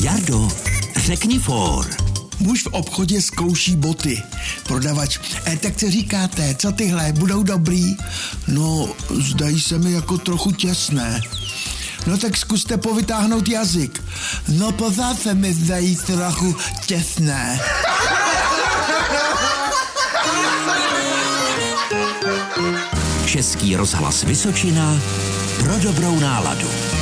Jardo, řekni for. Muž v obchodě zkouší boty. Prodavač, tak co říkáte, co tyhle, budou dobrý? No, zdají se mi jako trochu těsné. No tak zkuste povytáhnout jazyk. No pořád se mi zdají trochu těsné. Český rozhlas Vysočina pro dobrou náladu.